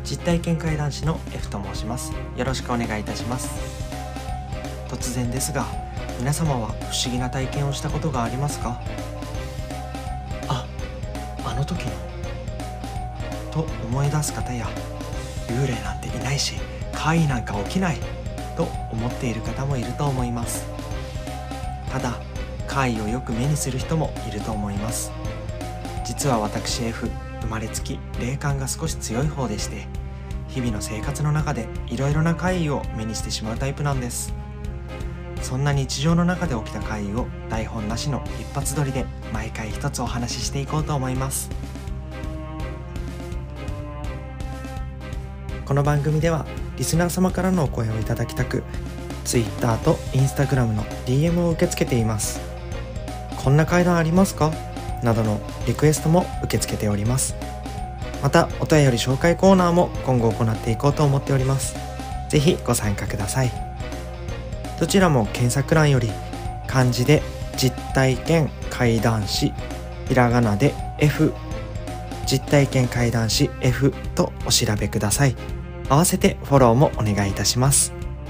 実体験会談師の F と申します。よろしくお願いいたします。突然ですが、皆様は不思議な体験をしたことがありますか？あの時のと思い出す方や、幽霊なんていないし怪異なんか起きないと思っている方もいると思います。ただ怪異をよく目にする人もいると思います。実は私 F、生まれつき霊感が少し強い方でして、日々の生活の中でいろいろな怪異を目にしてしまうタイプなんです。そんな日常の中で起きた怪異を台本なしの一発撮りで毎回一つお話ししていこうと思います。この番組ではリスナー様からのお声をいただきたく、Twitter と Instagram の DM を受け付けています。こんな怪談ありますか？などのリクエストも受け付けております。またお便り紹介コーナーも今後行っていこうと思っております。ぜひご参加ください。どちらも検索欄より漢字で実体験怪談師、ひらがなで F、実体験怪談師 F とお調べください。合わせてフォローもお願いいたします。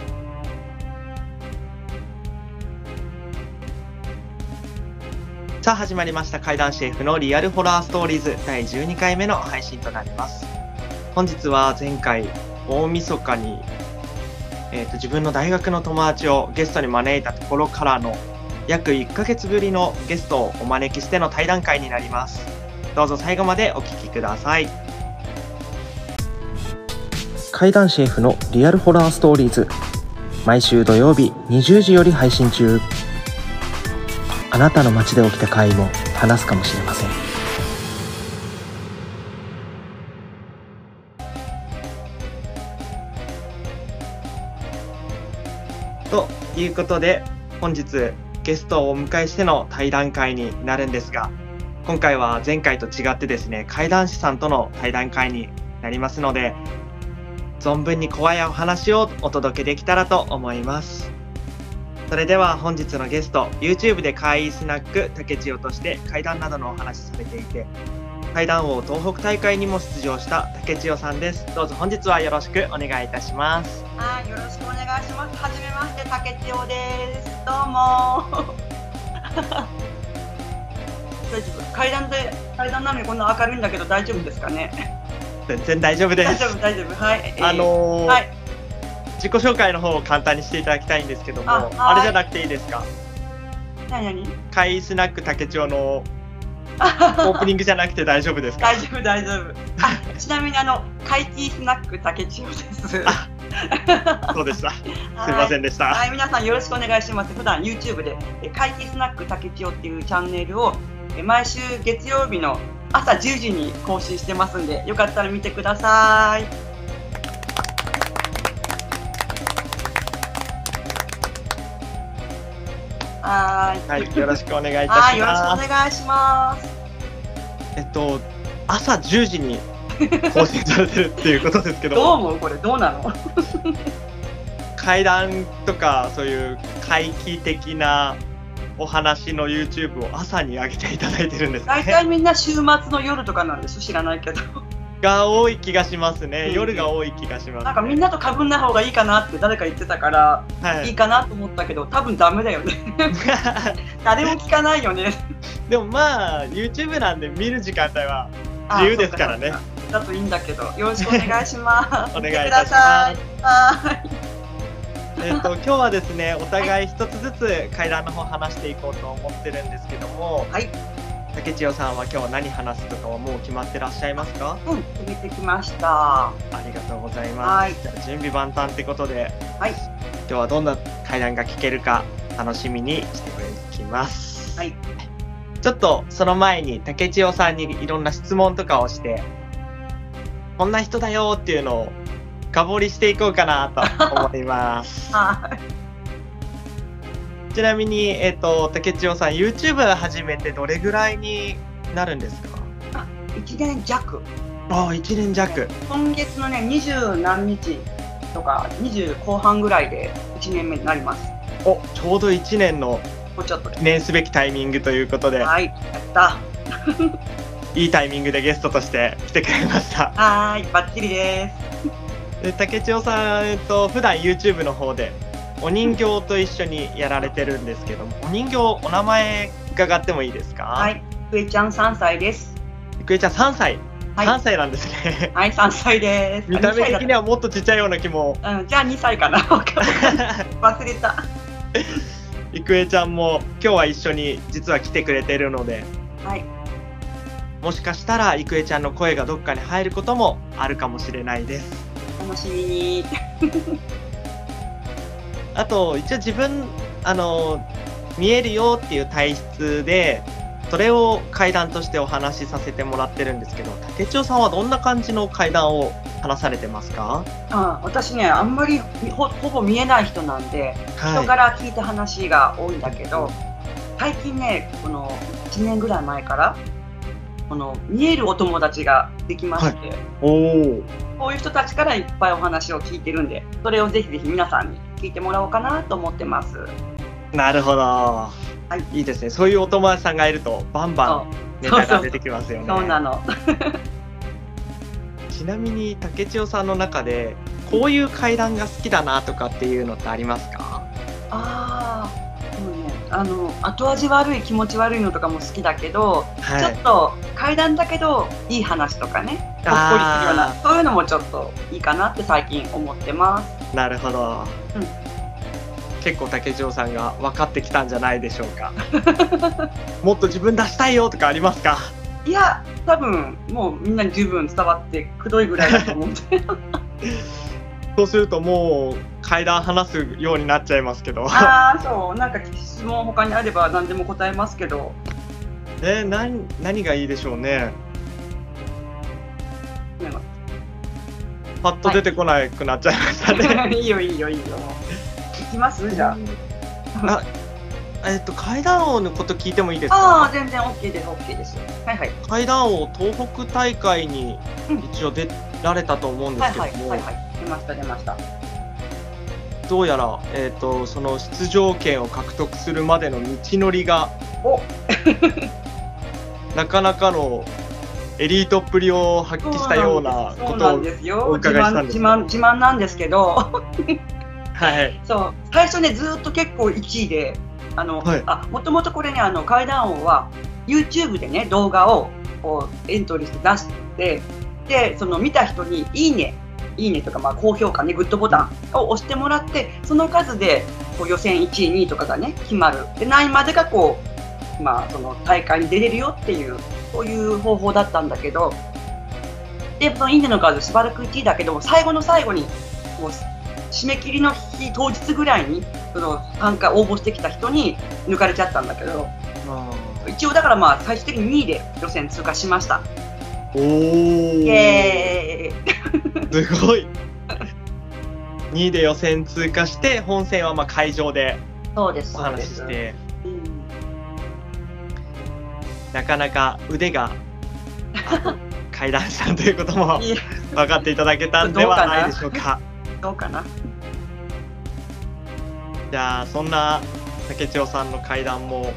さあ始まりました、怪談師 F のリアルホラーストーリーズ第12回目の配信となります。本日は前回大晦日に、自分の大学の友達をゲストに招いたところからの約1ヶ月ぶりのゲストをお招きしての対談会になります。どうぞ最後までお聞きください。怪談師 F のリアルホラーストーリーズ、毎週土曜日20時より配信中。あなたの街で起きた怪異も話すかもしれません。ということで、本日ゲストをお迎えしての対談会になるんですが、今回は前回と違ってですね、怪談師さんとの対談会になりますので、存分に怖いお話をお届けできたらと思います。それでは本日のゲスト、 YouTube で怪異スナック竹千代として怪談などのお話されていて、怪談王東北大会にも出場した竹千代さんです。どうぞ本日はよろしくお願いいたします。 はい、よろしくお願いします。はじめまして、竹千代です。どうも大丈夫？階段なのにこんな明るいんだけど大丈夫ですかね？ 全然大丈夫です。 大丈夫。はい。 はい、自己紹介の方を簡単にしていただきたいんですけども、あれじゃなくていいですか？ 何？ 怪異スナック竹千代のオープニングじゃなくて大丈夫ですか？ 大丈夫。ちなみに怪奇スナック竹千代です。 そうでした。すいませんでした。 はい、皆さんよろしくお願いします。普段 YouTube で怪奇スナック竹千代っていうチャンネルを毎週月曜日の朝10時に更新してますんで、よかったら見てください。はい、 よろしくお願いいたします。 よろしくお願いします。 朝10時に更新されてるっていうことですけどどう思う？これどうなの？ 怪談とかそういう怪奇的なお話の YouTube を朝に上げていただいてるんですね。 大体みんな週末の夜とかなんです。知らないけどが多い気がしますね。夜が多い気がします、ね。 なんかみんなと被んない方がいいかなって誰か言ってたから、いいかなと思ったけど、多分ダメだよね誰も聞かないよねでもまあ YouTube なんで見る時間帯は自由ですからね。 だといいんだけど、よろしくお願いしますお願いいたします。今日はですね、お互い一つずつ怪談の方話していこうと思ってるんですけども、 はい、 竹千代さんは今日何話すとかはもう決まってらっしゃいますか？ 決めてきました。 ありがとうございます。じゃあ準備万端ってことで、今日はどんな怪談が聞けるか楽しみにしておきます。ちょっとその前に竹千代さんにいろんな質問とかをして、こんな人だよっていうのを深掘りしていこうかなと思いますちなみに、竹千代さん YouTube 始めてどれぐらいになるんですか ？1年弱。 1年弱。 今月のね20何日とか20後半ぐらいで1年目になります。 ちょうど1年の記念すべきタイミングということで、 はい、やったいいタイミングでゲストとして来てくれました。 バッチリです。 竹千代さん、普段 YouTube の方でお人形と一緒にやられてるんですけども、お人形お名前伺ってもいいですか？ はい、ふえちゃん3歳です。 ふえちゃん3歳、 はい、 3歳なんですね。 はい、3歳です。 見た目的にはもっとちっちゃいような気も。 じゃあ2歳かな。忘れた。 郁恵ちゃんも今日は一緒に実は来てくれてるので、 はい、 もしかしたら郁恵ちゃんの声がどっかに入ることもあるかもしれないです。 楽しみに。 あと一応自分見えるよっていう体質で、それを怪談としてお話しさせてもらってるんですけど、竹千代さんはどんな感じの怪談を話されてますか？ 私ね、あんまり ほぼ見えない人なんで、人から聞いた話が多いんだけど、最近ね、この1年ぐらい前から見えるお友達ができまして、こういう人たちからいっぱいお話を聞いてるんで、それをぜひぜひ皆さんに聞いてもらおうかなと思ってます。 なるほど、はい、いいですね。そういうお友達さんがいるとバンバンネタが出てきますよね。 そうなの。 ちなみに竹千代さんの中でこういう怪談が好きだなとかっていうのってありますか？ 後味悪い気持ち悪いのとかも好きだけど、ちょっと怪談だけどいい話とかね、ほっこりするような、そういうのもちょっといいかなって最近思ってます。 なるほど、結構竹千代さんが分かってきたんじゃないでしょうか。もっと自分出したいよとかありますか？ いや、多分もうみんなに十分伝わってくどいぐらいだと思ってそうするともう怪談話すようになっちゃいますけど。 そう、なんか質問他にあれば何でも答えますけど。 何がいいでしょうね。パッと出てこなくなっちゃいましたね。 いいよ。行きますじゃあ。 怪談王のこと聞いてもいいですか？ 全然 OK です、OK です。はいはい。 怪談王東北大会に一応出られたと思うんですけども、 出ました。 どうやら、その出場権を獲得するまでの道のりがなかなかのエリートっぷりを発揮したようなことをお伺いしたんです。 自慢なんですけど、 はい、 そう最初ねずっと結構1位で、もともとこれね怪談王は YouTube でね動画をこうエントリーして出して、でその見た人にいいねとか、高評価ね、グッドボタンを押してもらって、その数でこう予選1位2位とかがね決まる。で何位までがこう、その大会に出れるよっていう、そういう方法だったんだけど、でそのいいねの数しばらく1位だけども、最後の最後にもう締め切りの日当日ぐらいにその応募してきた人に抜かれちゃったんだけど、一応だから最終的に2位で予選通過しました。イエーイすごい。2位で予選通過して、本戦は会場でお話しして、なかなか腕が怪談師さんということも分かっていただけたんではないでしょうか。 どうかな。 じゃあそんな竹千代さんの怪談も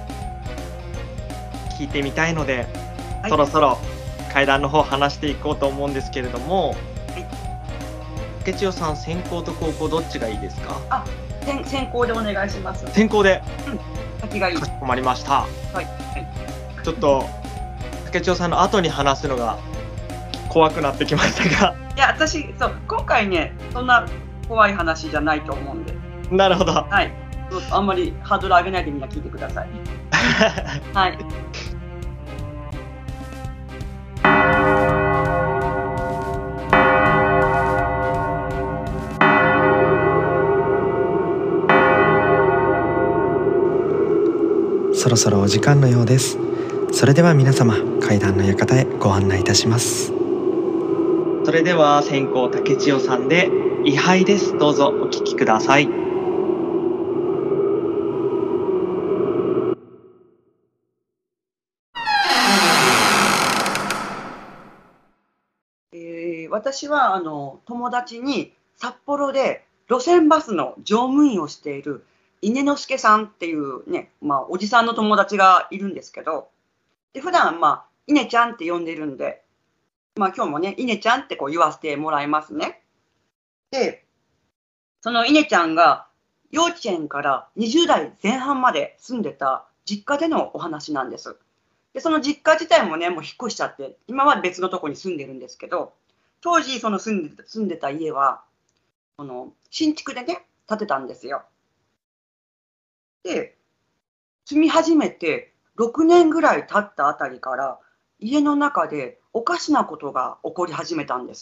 聞いてみたいので、そろそろ怪談の方話していこうと思うんですけれども、竹千代さん、専攻と高校どっちがいいですか？ 専攻でお願いします。 専攻で、 先がいい。 かしこまりました。ちょっと竹千代さんの後に話すのが怖くなってきましたが。 いや、私今回ねそんな怖い話じゃないと思うんで。 なるほど。 はい。あんまりハードル上げないでみんな聞いてください。はい。 そろそろお時間のようです。それでは皆様、怪談の館へご案内いたします。 それでは先攻竹千代さんで位牌です。どうぞお聞きください。 私は友達に札幌で路線バスの乗務員をしている稲之助さんっていうね、おじさんの友達がいるんですけど、で普段稲ちゃんって呼んでるんで、今日もね稲ちゃんってこう言わせてもらいますね。 で、その稲ちゃんが幼稚園から20代前半まで住んでた実家でのお話なんです。で、その実家自体もね、もう引っ越しちゃって、今は別のとこに住んでるんですけど、当時その住んでた家は、新築でね、建てたんですよ。で、住み始めて6年ぐらい経ったあたりから、家の中でおかしなことが起こり始めたんです。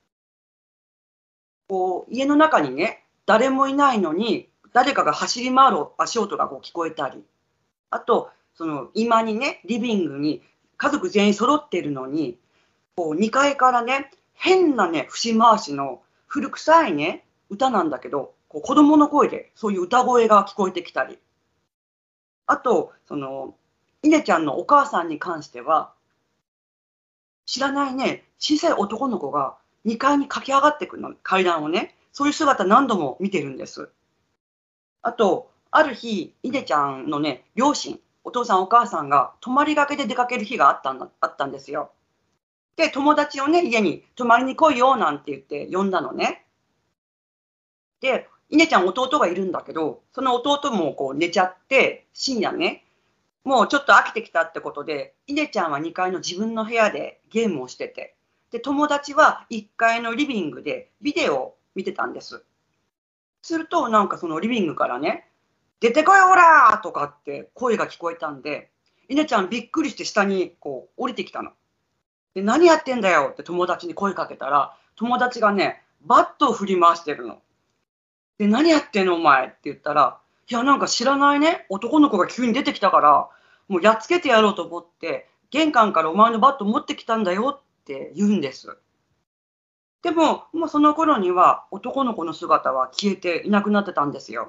家の中にね、誰もいないのに、誰かが走り回る足音が聞こえたり、あと、その居間にね、リビングに家族全員揃っているのに、2階からね、変なね、節回しの古臭いね、歌なんだけど、子供の声でそういう歌声が聞こえてきたり、あと、稲ちゃんのお母さんに関しては、知らないね、小さい男の子が2階に駆け上がってくるの、階段をね、そういう姿何度も見てるんです。あと、ある日、稲ちゃんのね、両親、お父さんお母さんが泊まりがけで出かける日があったんですよ。で、友達をね、家に泊まりに来いよなんて言って呼んだのね。で、稲ちゃん弟がいるんだけど、その弟も寝ちゃって、深夜ね、もうちょっと飽きてきたってことで、稲ちゃんは2階の自分の部屋でゲームをしてて、で、友達は1階のリビングでビデオを見てたんです。すると、なんかそのリビングからね、出てこいおらーとかって声が聞こえたんで、稲ちゃんびっくりして下に降りてきたの。で、何やってんだよって友達に声かけたら、友達がね、バットを振り回してるの。で、何やってんのお前って言ったら、いや、なんか知らないね、男の子が急に出てきたから、もうやっつけてやろうと思って、玄関からお前のバット持ってきたんだよって言うんです。でも、もうその頃には男の子の姿は消えていなくなってたんですよ。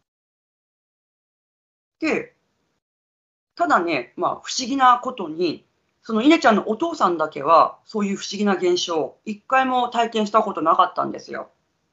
で、ただね、不思議なことに、その稲ちゃんのお父さんだけは、そういう不思議な現象、一回も体験したことなかったんですよ。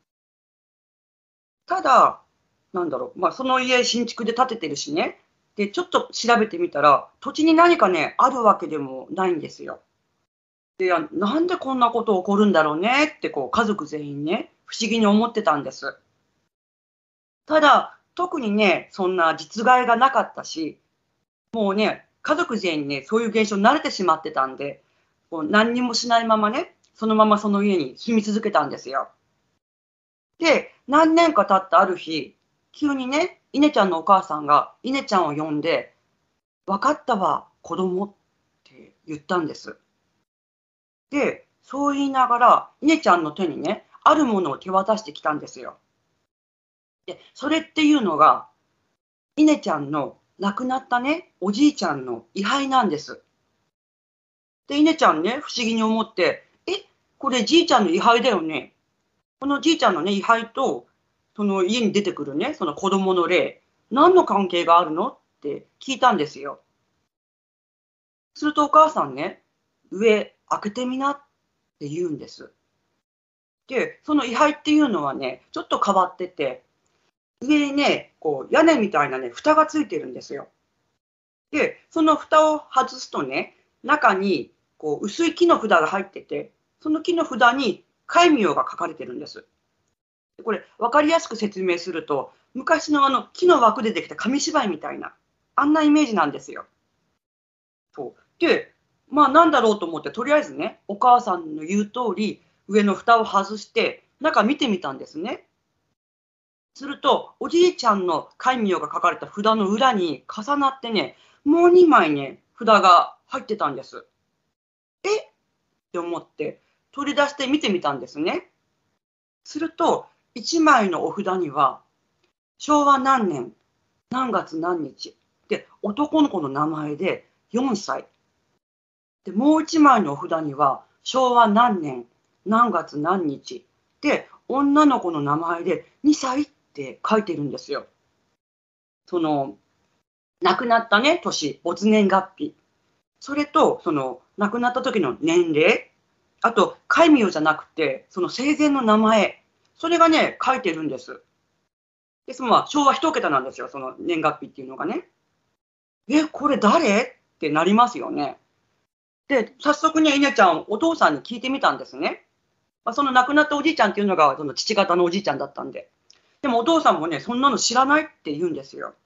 ただ、なんだろう、その家新築で建ててるしね、で、ちょっと調べてみたら、土地に何かね、あるわけでもないんですよ。で、なんでこんなこと起こるんだろうねって、家族全員ね、不思議に思ってたんです。ただ、特にね、そんな実害がなかったし、もうね、家族全員ね、そういう現象に慣れてしまってたんで、何にもしないままね、そのままその家に住み続けたんですよ。で、何年か経ったある日、急にね、稲ちゃんのお母さんが稲ちゃんを呼んで、分かったわ、子供って言ったんです。で、そう言いながら、稲ちゃんの手にね、あるものを手渡してきたんですよ。で、それっていうのが、稲ちゃんの亡くなったね、おじいちゃんの位牌なんです。で、稲ちゃんね、不思議に思って、これじいちゃんの位牌だよね。このじいちゃんのね、位牌と、その家に出てくるね、その子供の霊、何の関係があるのって聞いたんですよ。するとお母さんね、上開けてみなって言うんです。で、その位牌っていうのはね、ちょっと変わってて、上にね、屋根みたいなね、蓋がついてるんですよ。で、その蓋を外すとね、中に薄い木の札が入ってて、その木の札に戒名が書かれてるんです。これ、分かりやすく説明すると、昔の木の枠でできた紙芝居みたいな、あんなイメージなんですよ。で、なんだろうと思って、とりあえずね、お母さんの言う通り、上の蓋を外して、中見てみたんですね。すると、おじいちゃんの戒名が書かれた札の裏に重なってね、もう2枚ね、札が入ってたんです。って思って、取り出して見てみたんですね。すると、1枚のお札には、昭和何年、何月何日で、男の子の名前で4歳。で、もう1枚のお札には、昭和何年、何月何日で、女の子の名前で2歳って書いてるんですよ。亡くなったね、年、没年月日。それと、亡くなった時の年齢、あと、戒名じゃなくて、その生前の名前、それがね、書いてるんです。で、昭和1桁なんですよ、その年月日っていうのがね。これ誰ってなりますよね。で、早速ね、稲ちゃん、お父さんに聞いてみたんですね。 その亡くなったおじいちゃんっていうのがその父方のおじいちゃんだったんで。でもお父さんもね、そんなの知らないって言うんですよ。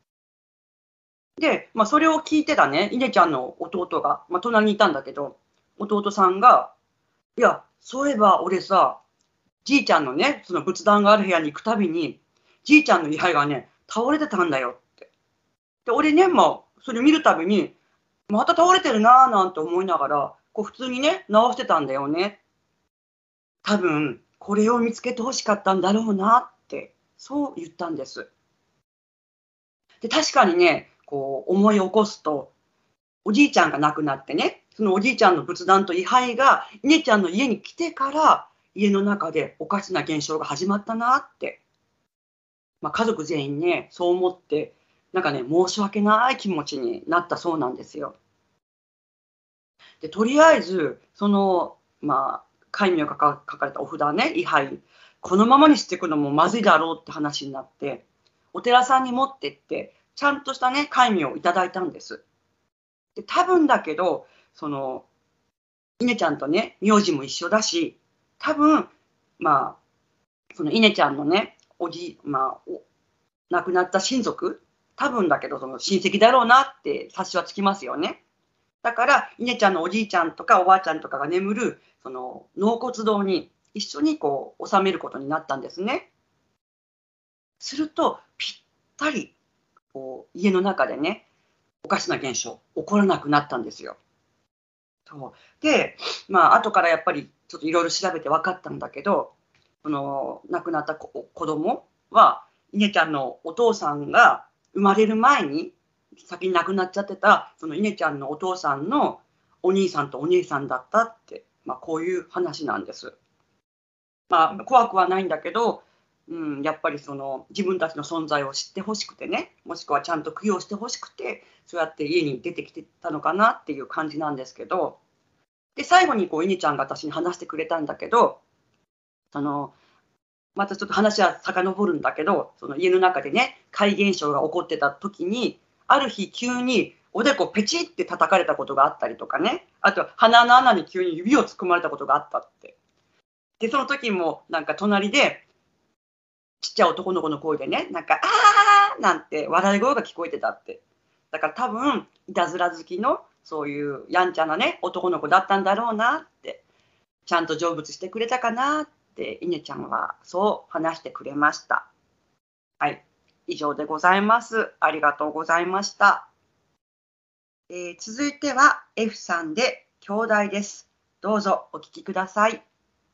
で、それを聞いてたね、稲ちゃんの弟が、隣にいたんだけど、弟さんが、いや、そういえば俺さ、じいちゃんのね、その仏壇がある部屋に行くたびに、じいちゃんの位牌がね、倒れてたんだよって。で、俺ね、それ見るたびに、また倒れてるなぁなんて思いながら、普通にね、直してたんだよね。多分、これを見つけてほしかったんだろうなって、そう言ったんです。で、確かにね、思い起こすと、おじいちゃんが亡くなってね、そのおじいちゃんの仏壇と位牌が、稲ちゃんの家に来てから、家の中でおかしな現象が始まったなって。家族全員ね、そう思って、なんかね、申し訳ない気持ちになったそうなんですよ。で、とりあえず、その、戒名が書かれたお札ね、位牌、このままにしていくのもまずいだろうって話になって、お寺さんに持ってって、ちゃんとしたね、戒名をいただいたんです。で、多分だけど、稲ちゃんとね、名字も一緒だし、多分、その稲ちゃんのね、亡くなった親族、多分だけど、その親戚だろうなって察しはつきますよね。だから、稲ちゃんのおじいちゃんとかおばあちゃんとかが眠る、その納骨堂に一緒に納めることになったんですね。すると、ぴったり、家の中でね、おかしな現象、起こらなくなったんですよ。で、後からやっぱりちょっといろいろ調べて分かったんだけど、亡くなった子供は、稲ちゃんのお父さんが生まれる前に、先に亡くなっちゃってた、その稲ちゃんのお父さんのお兄さんとお姉さんだったって、こういう話なんです。怖くはないんだけど、やっぱり自分たちの存在を知ってほしくてね、もしくはちゃんと供養してほしくて、そうやって家に出てきてたのかなっていう感じなんですけど、で、最後に稲ちゃんが私に話してくれたんだけど、またちょっと話は遡るんだけど、その家の中でね、怪現象が起こってた時に、ある日急におでこペチって叩かれたことがあったりとかね、あと鼻の穴に急に指を突っ込まれたことがあったって。で、その時もなんか隣で、ちっちゃい男の子の声でね、なんか、あーなんて笑い声が聞こえてたって。だから多分、いたずら好きの、そういうやんちゃなね、男の子だったんだろうなって、ちゃんと成仏してくれたかなって、稲ちゃんはそう話してくれました。はい。以上でございます。ありがとうございました。続いては F さんで兄弟です。どうぞお聞きください。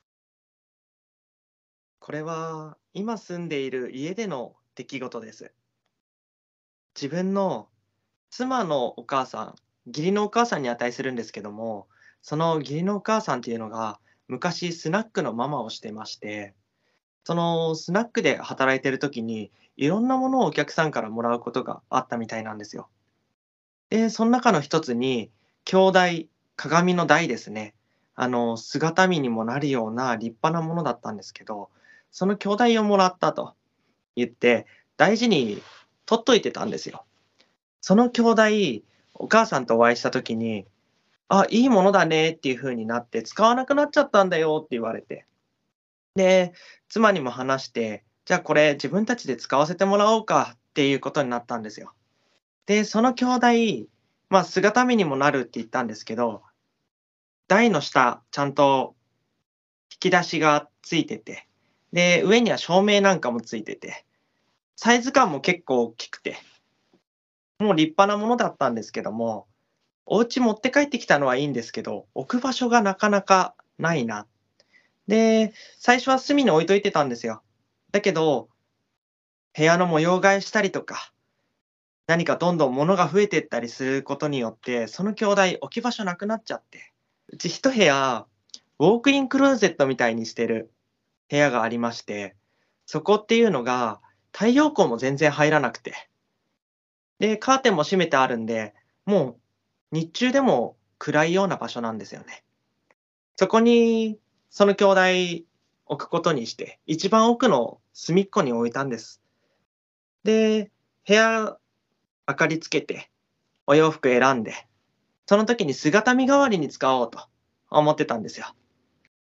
これは今住んでいる家での出来事です。自分の妻のお母さん、義理のお母さんに値するんですけども、その義理のお母さんっていうのが昔スナックのママをしてまして、そのスナックで働いてる時にいろんなものをお客さんからもらうことがあったみたいなんですよ。で、その中の一つに兄弟、鏡の台ですね。姿見にもなるような立派なものだったんですけど、その兄弟をもらったと言って、大事に取っといてたんですよ。その兄弟、お母さんとお会いした時に、あ、いいものだねっていう風になって、使わなくなっちゃったんだよって言われて。で、妻にも話して、じゃあこれ自分たちで使わせてもらおうかっていうことになったんですよ。で、その兄弟、姿見にもなるって言ったんですけど、台の下、ちゃんと引き出しがついてて、で、上には照明なんかもついてて、サイズ感も結構大きくて、もう立派なものだったんですけども、お家持って帰ってきたのはいいんですけど、置く場所がなかなかないな。で、最初は隅に置いといてたんですよ。だけど、部屋の模様替えしたりとか、何かどんどん物が増えていったりすることによって、その兄弟置き場所なくなっちゃって、うち一部屋、ウォークインクローゼットみたいにしてる部屋がありまして、そこっていうのが太陽光も全然入らなくて、で、カーテンも閉めてあるんで、もう日中でも暗いような場所なんですよね。そこにその兄弟置くことにして、一番奥の隅っこに置いたんです。で、部屋明かりつけて、お洋服選んで、その時に姿見代わりに使おうと思ってたんですよ。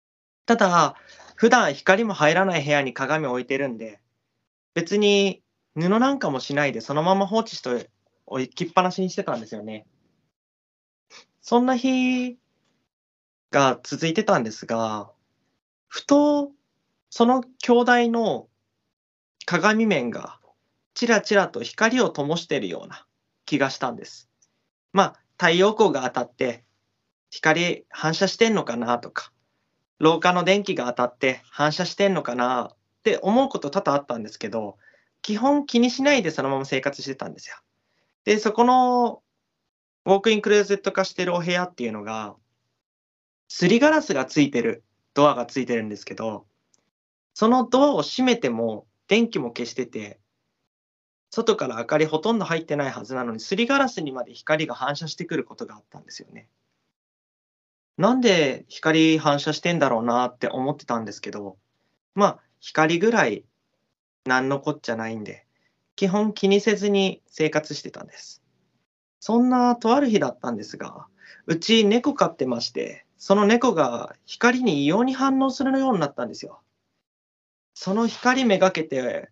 ただ、普段光も入らない部屋に鏡を置いてるんで、別に布なんかもしないでそのまま放置して置きっぱなしにしてたんですよね。そんな日が続いてたんですが、ふとその鏡台の鏡面がちらちらと光を灯しているような気がしたんです。太陽光が当たって光反射してんのかなとか、廊下の電気が当たって反射してんのかなって思うこと多々あったんですけど、基本気にしないでそのまま生活してたんですよ。で、そこのウォークインクローゼット化してるお部屋っていうのが、すりガラスがついてるドアがついてるんですけど、そのドアを閉めても電気も消してて、外から明かりほとんど入ってないはずなのに、すりガラスにまで光が反射してくることがあったんですよね。なんで光反射してんだろうなって思ってたんですけど、光ぐらいなんのこっちゃないんで、基本気にせずに生活してたんです。そんなとある日だったんですが、うち猫飼ってまして、その猫が光に異様に反応するようになったんですよ。その光めがけて、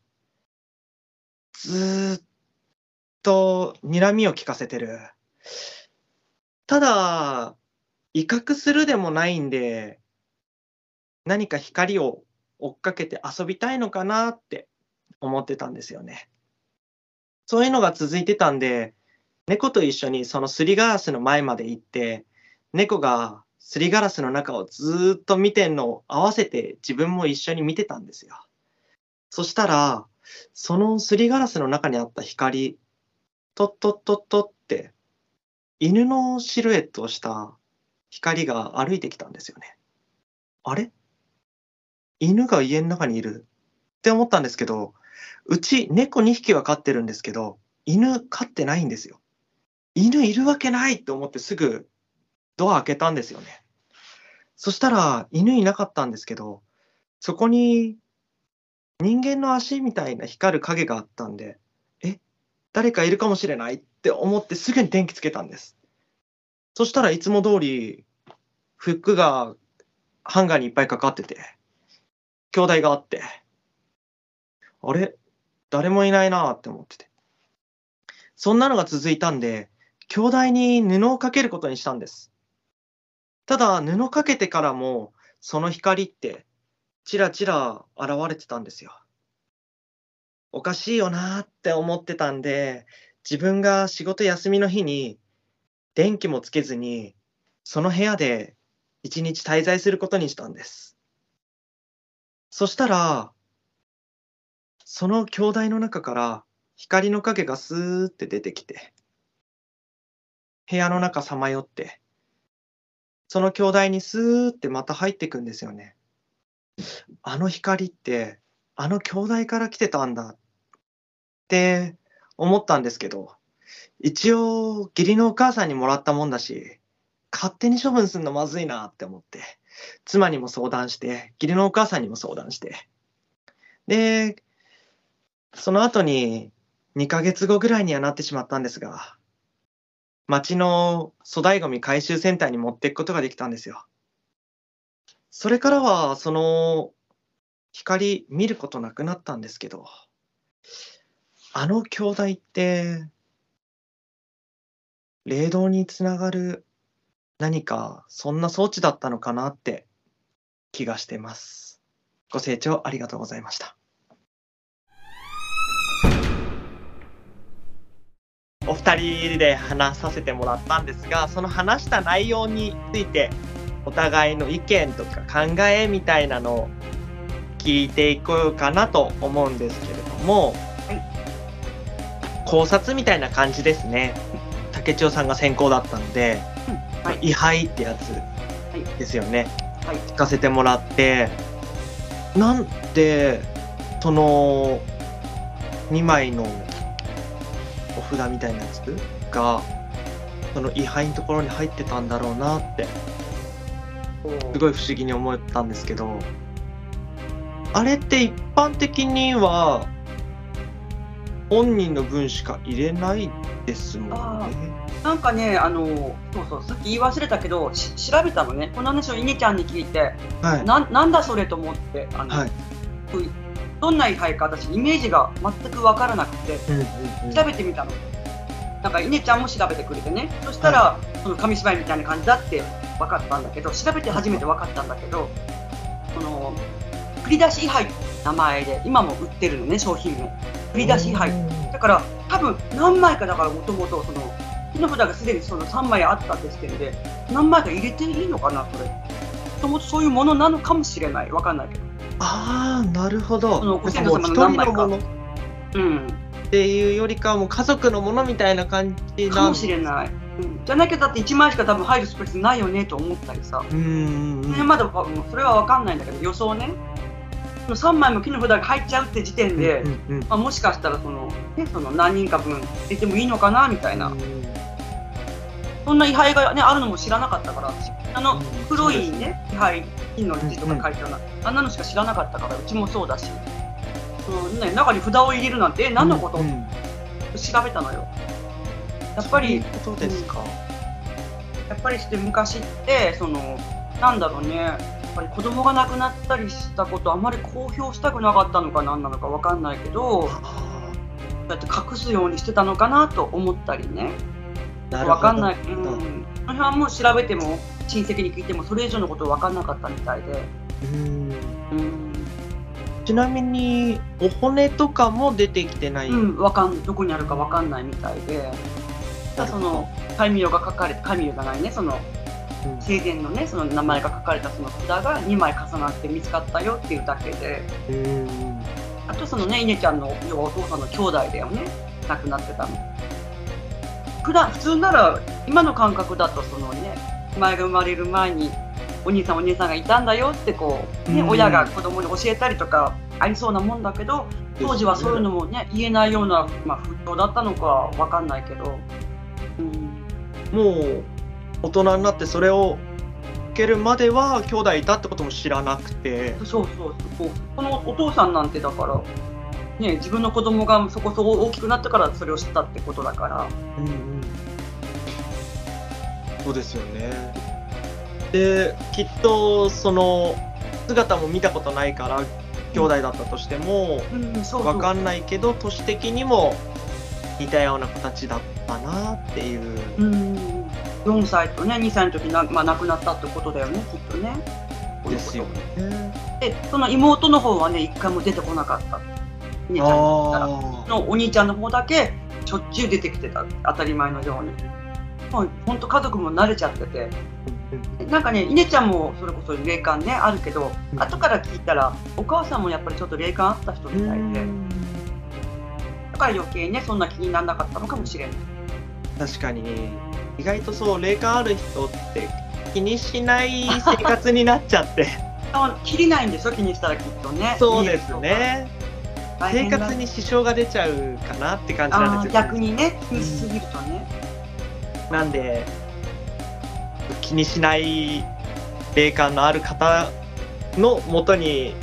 ずーっと睨みを利かせてる。ただ、威嚇するでもないんで、何か光を追っかけて遊びたいのかなって思ってたんですよね。そういうのが続いてたんで、猫と一緒にそのすりガラスの前まで行って、猫がすりガラスの中をずーっと見てんのを合わせて自分も一緒に見てたんですよ。そしたら、そのすりガラスの中にあった光、トットットットって犬のシルエットをした光が歩いてきたんですよね。あれ？犬が家の中にいるって思ったんですけど、うち猫2匹は飼ってるんですけど、犬飼ってないんですよ。犬いるわけないと思ってすぐドア開けたんですよね。そしたら犬いなかったんですけど、そこに人間の足みたいな光る影があったんで、誰かいるかもしれないって思ってすぐに電気つけたんです。そしたらいつも通り服がハンガーにいっぱいかかってて、鏡台があって、あれ？誰もいないなって思ってて。そんなのが続いたんで、鏡台に布をかけることにしたんです。ただ、布かけてからも、その光って、ちらちら現れてたんですよ。おかしいよなって思ってたんで、自分が仕事休みの日に、電気もつけずに、その部屋で一日滞在することにしたんです。そしたら、その鏡台の中から光の影がスーって出てきて、部屋の中さまよって、その鏡台にスーってまた入ってくんですよね。あの光って、あの鏡台から来てたんだって思ったんですけど、一応義理のお母さんにもらったもんだし、勝手に処分するのまずいなって思って、妻にも相談して、義理のお母さんにも相談して、で、その後に2ヶ月後ぐらいにはなってしまったんですが、町の粗大ごみ回収センターに持っていくことができたんですよ。それからは、その光見ることなくなったんですけど、あの鏡台って、霊道につながる何かそんな装置だったのかなって気がしてます。ご清聴ありがとうございました。お二人で話させてもらったんですが、その話した内容についてお互いの意見とか考えみたいなのを聞いていこうかなと思うんですけれども、考察みたいな感じですね。竹千代さんが先行だったので、位牌ってやつですよね。聞かせてもらって、なんでその2枚のお札みたいなやつがその位牌のところに入ってたんだろうなってすごい不思議に思ったんですけど、あれって一般的には本人の分しか入れないですもんね。 なんかね、そうさっき言い忘れたけど、調べたのね。この話をイネちゃんに聞いて、なんだそれと思って、どんな位牌か私イメージが全く分からなくて、調べてみたの。なんかイネちゃんも調べてくれてね。そしたら、その紙芝居みたいな感じだって分かったんだけど、調べて初めて分かったんだけど、繰り出し位牌って名前で今も売ってるのね、商品名。繰り出し位牌。だから多分何枚かだからもともとその手の札がすでにその3枚あったって時点で何枚か入れていいのかな、それ。もともとそういうものなのかもしれない。分かんないけど。 ああ、なるほど。 そのご先祖様の何枚か。 っていうよりかはもう家族のものみたいな感じかもしれない。じゃなきゃだって1枚しか多分入るスペースないよねと思ったりさ。まだそれは分かんないんだけど、予想ね。3枚も木の札が入っちゃうって時点で、もしかしたらその何人か分入れてもいいのかなみたいな、そんな位牌が、ね、あるのも知らなかったから、黒いね位牌、金の字とか書いてあるような、あんなのしか知らなかったから、うちもそうだし、中に札を入れるなんて何のこと、調べたのよ。やっぱりそうですか。 やっぱりして昔ってなんだろうね、やっぱり子供が亡くなったりしたことあまり公表したくなかったのか何なのか分かんないけど、だって隠すようにしてたのかなと思ったりね。分かんない。その辺はもう調べても親戚に聞いてもそれ以上のこと分かんなかったみたいで。 ちなみにお骨とかも出てきてない。 どこにあるか分かんないみたいで。その神代が書かれて、神代じゃないね、その生前のね、その名前が書かれたその札が2枚重なって見つかったよっていうだけで、あとそのね、イネちゃんの要はお父さんの兄弟だよね、亡くなってたの。普通なら今の感覚だとそのね、前が生まれる前にお兄さんお姉さんがいたんだよってこう、ね、親が子供に教えたりとかありそうなもんだけど、当時はそういうのもね言えないような、風潮だったのかは分かんないけど、 もう大人になってそれを受けるまでは兄弟いたってことも知らなくて。 そうこのお父さんなんてだからね、自分の子供がそこそこ大きくなってからそれを知ったってことだから。 そうですよね。できっとその姿も見たことないから兄弟だったとしても分かんないけど、年的にも似たような形だったなっていう。 4歳とね2歳の時に亡くなったってことだよね、きっとね。 ですよね。 でその妹の方はね一回も出てこなかった。姉ちゃんに言ったらのお兄ちゃんの方だけしょっちゅう出てきてた、当たり前のように。もうほんと家族も慣れちゃってて、なんかね、イネちゃんもそれこそ霊感ねあるけど、後から聞いたらお母さんもやっぱりちょっと霊感あった人みたいで、だから余計ねそんな気にならなかったのかもしれない。 確かに意外とそう霊感ある人って気にしない生活になっちゃって切りないんでしょ、気にしたらきっとね。 そうですね。生活に支障が出ちゃうかなって感じなんですよ。 逆にね、気にしすぎるとね。 なんで気にしない霊感のある方のもとに、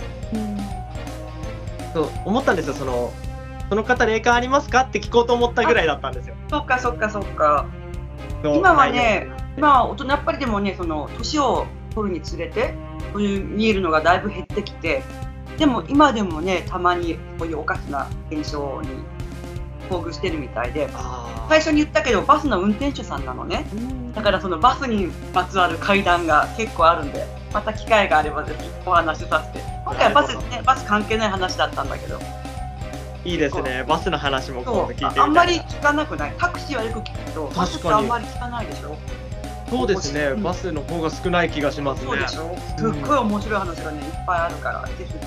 そう思ったんですよ。その方霊感ありますかって聞こうと思ったぐらいだったんですよ。 そっか。今はね、大人やっぱりでもね、その年を取るにつれてそういう見えるのがだいぶ減ってきて、でも今でもねたまにこういうおかしな現象に遭遇してるみたいで、最初に言ったけどバスの運転手さんなのね。だからそのバスにまつわる怪談が結構あるんで、また機会があればぜひお話しさせて。今回はバス関係ない話だったんだけど。 いいですね。バスの話も今度聞いてみたい。 あんまり聞かなくない？タクシーはよく聞くけど、バスってあんまり聞かないでしょ。 そうですね。バスの方が少ない気がしますね。 そうでしょ。すっごい面白い話がねいっぱいあるからぜひ。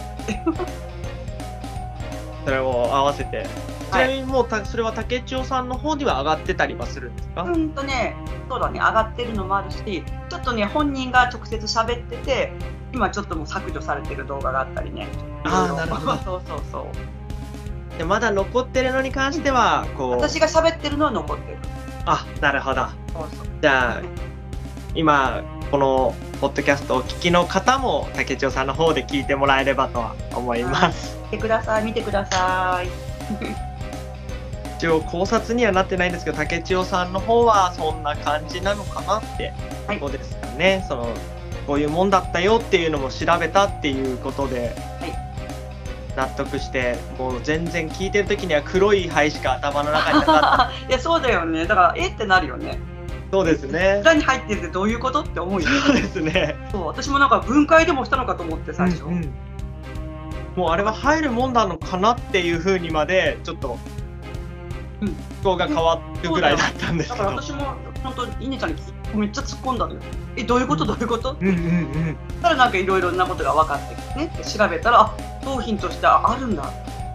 それを合わせて。ちなみにもうそれは竹千代さんの方には上がってたりはするんですか？ そうだね、上がってるのもあるし、ちょっとね本人が直接喋ってて、今ちょっともう削除されてる動画があったりね。 なるほど。そう。でまだ残ってるのに関してはこう私が喋ってるのは残ってる。 なるほど。 そう。 じゃあ今このポッドキャストをお聞きの方も竹千代さんの方で聞いてもらえればとは思います。 見てください。 一応考察にはなってないんですけど、竹千代さんの方はそんな感じなのかなってことですかね。こういうもんだったよっていうのも調べたっていうことで、納得して、もう全然聞いてる時には黒い灰しか頭の中になかった。 いや、そうだよね。だからってなるよね。 そうですね。 裏に入ってるってどういうことって思うよね。 そうですね。 そう、私もなんか分解でもしたのかと思って最初。 もうあれは入るもんなのかなっていう風にまでちょっと思考が変わるぐらいだったんですけど。 だから私も本当に稲ちゃんにめっちゃ突っ込んだのよ。どういうことどういうこと？たらなんかいろいろなことが分かってきてね、調べたら商品としてあるんだ。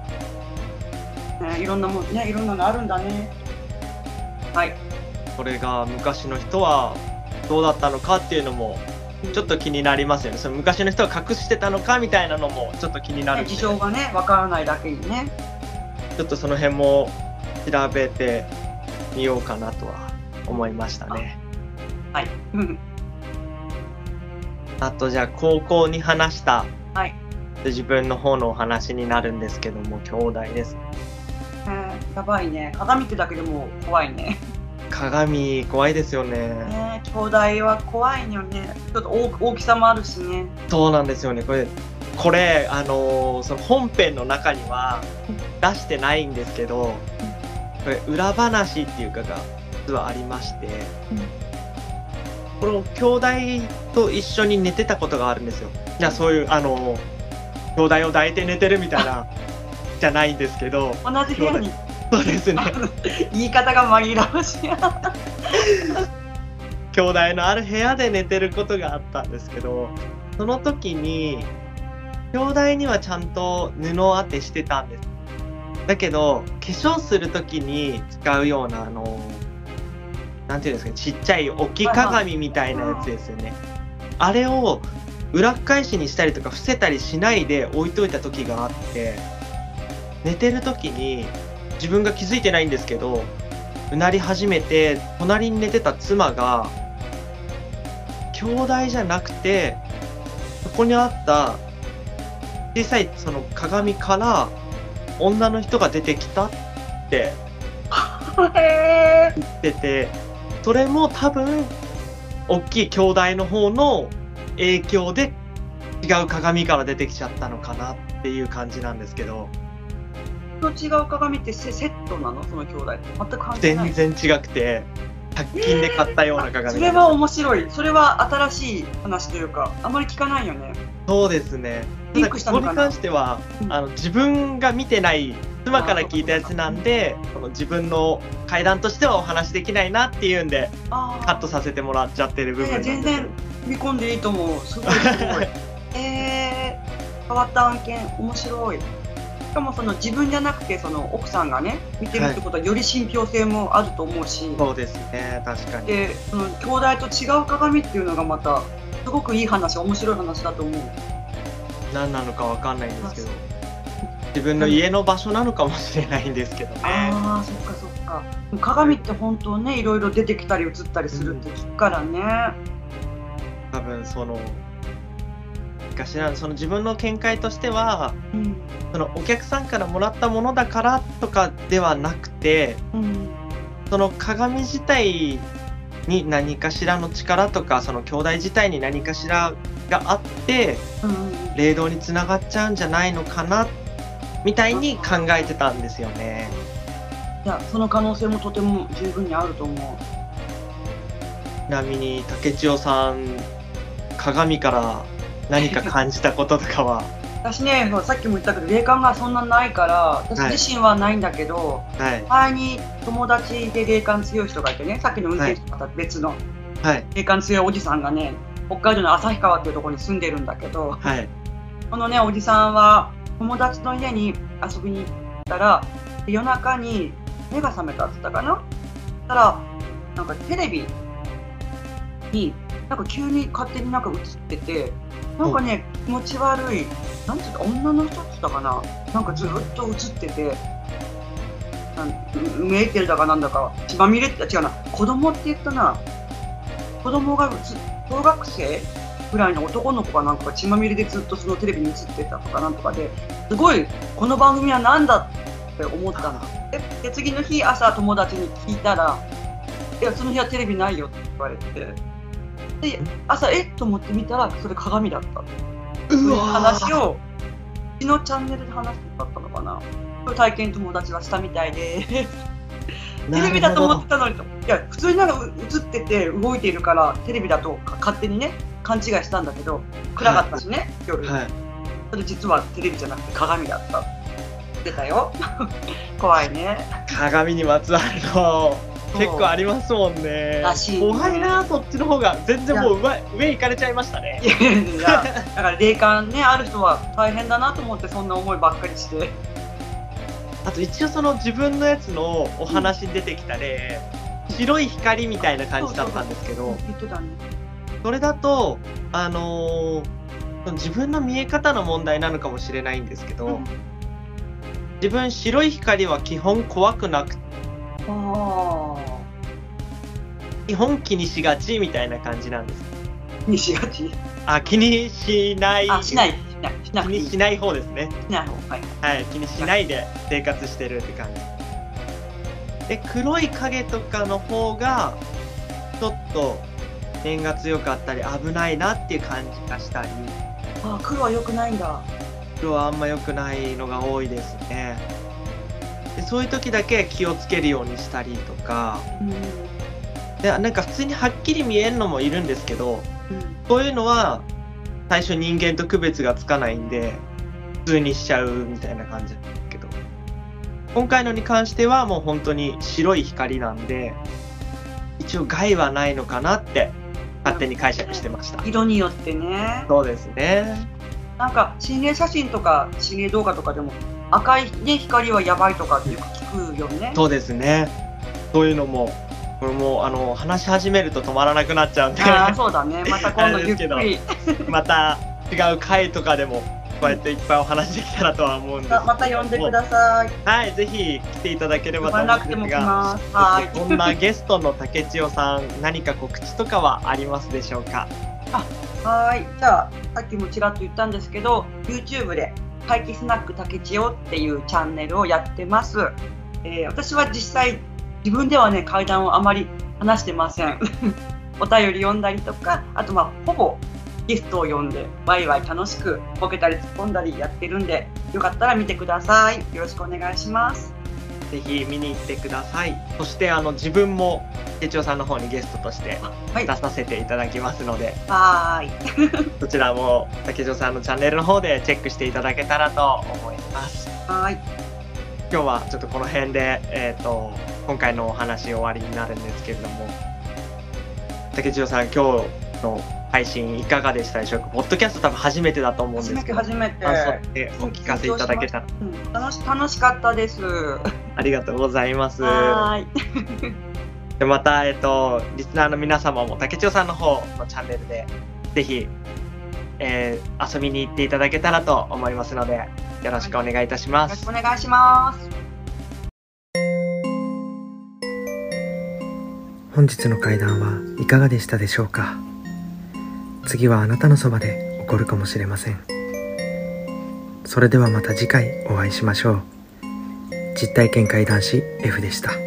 いろんなもんね、いろんなのあるんだね。はい。 これが昔の人はどうだったのかっていうのもちょっと気になりますよね。その昔の人は隠してたのかみたいなのもちょっと気になる、 事情がね、分からないだけにね。 ちょっとその辺も調べてみようかなとは思いましたね。 はい。 あとじゃあ高校に話した、 はい、 自分の方のお話になるんですけども、兄弟です。 やばいね。鏡ってだけでも怖いね。 鏡怖いですよね。 兄弟は怖いよね。ちょっと大きさもあるしね。 そうなんですよね。これその本編の中には出してないんですけど、これ裏話っていうかが実はありまして、この兄弟と一緒に寝てたことがあるんですよ。じゃあそういう兄弟を抱いて寝てるみたいなじゃないんですけど、 同じ部屋に。 そうですね。 言い方が紛らわしい。 兄弟のある部屋で寝てることがあったんですけど、その時に兄弟にはちゃんと布当てしてたんです。だけど化粧する時に使うようななんていうんですかね、ちっちゃい置き鏡みたいなやつですよね。あれを裏返しにしたりとか伏せたりしないで置いといた時があって、寝てる時に自分が気づいてないんですけどうなり始めて、隣に寝てた妻が兄弟じゃなくてそこにあった小さいその鏡から女の人が出てきたって言ってて、それも多分大きい兄弟の方の影響で違う鏡から出てきちゃったのかなっていう感じなんですけど。 違う鏡ってセットなの？その兄弟全く関係ない。 全然違くて100均で買ったような鏡、 それは面白い。それは新しい話というかあまり聞かないよね。 そうですね。ただここに関しては、自分が見てない妻から聞いたやつなんで、自分の怪談としてはお話できないなっていうんでカットさせてもらっちゃってる部分なんですよ。 全然見込んでいいと思う。すごいすごい。変わった案件面白い。しかもその自分じゃなくてその奥さんがね見てるってことはより信憑性もあると思うし、 そうですね、確かに。 でその兄弟と違う鏡っていうのがまたすごくいい話、面白い話だと思う。 何なのかわかんないんですけど、自分の家の場所なのかもしれないんですけどね。 ああ、そっかそっか。鏡って本当ね、いろいろ出てきたり映ったりするって聞くからね。 多分その自分の見解としては、そのお客さんからもらったものだからとかではなくて、その鏡自体に何かしらの力とか、その兄弟自体に何かしらがあって、霊道につながっちゃうんじゃないのかなみたいに考えてたんですよね。 いや、その可能性もとても十分にあると思う。 ちなみに竹千代さん、鏡から何か感じたこととかは？ 私ね、さっきも言ったけど霊感がそんなないから、私自身はないんだけど、前に友達で霊感強い人がいてね、さっきの運転手とまた別の霊感強いおじさんがね、北海道の旭川っていうところに住んでるんだけど、このねおじさんは友達の家に遊びに行ったら、夜中に目が覚めたって言ったかな。そしたらなんかテレビになんか急に勝手になんか映ってて、なんかね気持ち悪い、なんていうか女の人って言ったかな、なんかずっと映ってて、メーテルだかなんだか血まみれって違うな、子供って言ったな、子供が小学生ぐらいの男の子がなんか血まみれでずっとそのテレビに映ってたとかなんとかで、すごいこの番組は何だって思ったんだって。 で次の日朝友達に聞いたら「いやその日はテレビないよ」って言われて、で朝と思って見たらそれ鏡だったっていう話をうちのチャンネルで話してだったのかな。そういう体験友達はしたみたいでテレビだと思ってたのにと、いや普通になんか映ってて動いているからテレビだと勝手にね勘違いしたんだけど、暗かったしね、夜、それ実はテレビじゃなくて鏡だったって言ってたよ怖いね。 鏡にまつわるの結構ありますもんね。 らしいね。 怖いな、そっちの方が。全然もう上行かれちゃいましたね。 いやだから霊感ねある人は大変だなと思って、そんな思いばっかりして。 あと一応その自分のやつのお話に出てきた例、白い光みたいな感じだったんですけど、 言ってたね。 それだと自分の見え方の問題なのかもしれないんですけど、自分白い光は基本怖くなくて、基本気にしがちみたいな感じなんです。 気にしがち？ 気にしない。 しない。 気にしない方ですね。 しない方。 はい、気にしないで生活してるって感じ。で、黒い影とかの方がちょっと念が強かったり危ないなっていう感じがしたり。 黒は良くないんだ。 黒はあんま良くないのが多いですね。でそういう時だけ気をつけるようにしたりとか、でなんか普通にはっきり見えるのもいるんですけど、そういうのは最初人間と区別がつかないんで普通にしちゃうみたいな感じなんですけど、今回のに関してはもう本当に白い光なんで一応害はないのかなって勝手に解釈してました。 色によってね。 そうですね。 なんか心霊写真とか心霊動画とかでも赤い、ね、光はやばいとかってよく聞くよね。 そうですね。そういうのもこれも話し始めると止まらなくなっちゃうんで。 そうだね。また今度ゆっくりまた違う回とかでもこうやっていっぱいお話できたらとは思うんですけど、 また呼んでください。 はい、ぜひ来ていただければと思うんですが、こんなゲストの竹千代さん何か告知とかはありますでしょうか？ はい、じゃあさっきもちらっと言ったんですけど YouTube で怪奇スナック竹千代っていうチャンネルをやってます。私は実際自分ではね怪談をあまり話してませんお便り読んだりとか、あとほぼゲストを呼んでワイワイ楽しくボケたり突っ込んだりやってるんで、よかったら見てください。よろしくお願いします。 ぜひ見に行ってください。そして自分も竹千代さんの方にゲストとして出させていただきますので、そちらも竹千代さんのチャンネルの方でチェックしていただけたらと思います。今日はちょっとこの辺で、今回のお話終わりになるんですけれども、竹千代さん今日の配信いかがでしたでしょうか？ポッドキャスト多分初めてだと思うんですけど、 初めて感想ってお聞かせいただけたら。 楽しかったです。 ありがとうございます。でまた、リスナーの皆様も竹千代さんの方のチャンネルでぜひ、遊びに行っていただけたらと思いますので、よろしくお願いいたします。 よろしくお願いします。 本日の怪談はいかがでしたでしょうか？次はあなたのそばで起こるかもしれません。それではまた次回お会いしましょう。実体験怪談師 F でした。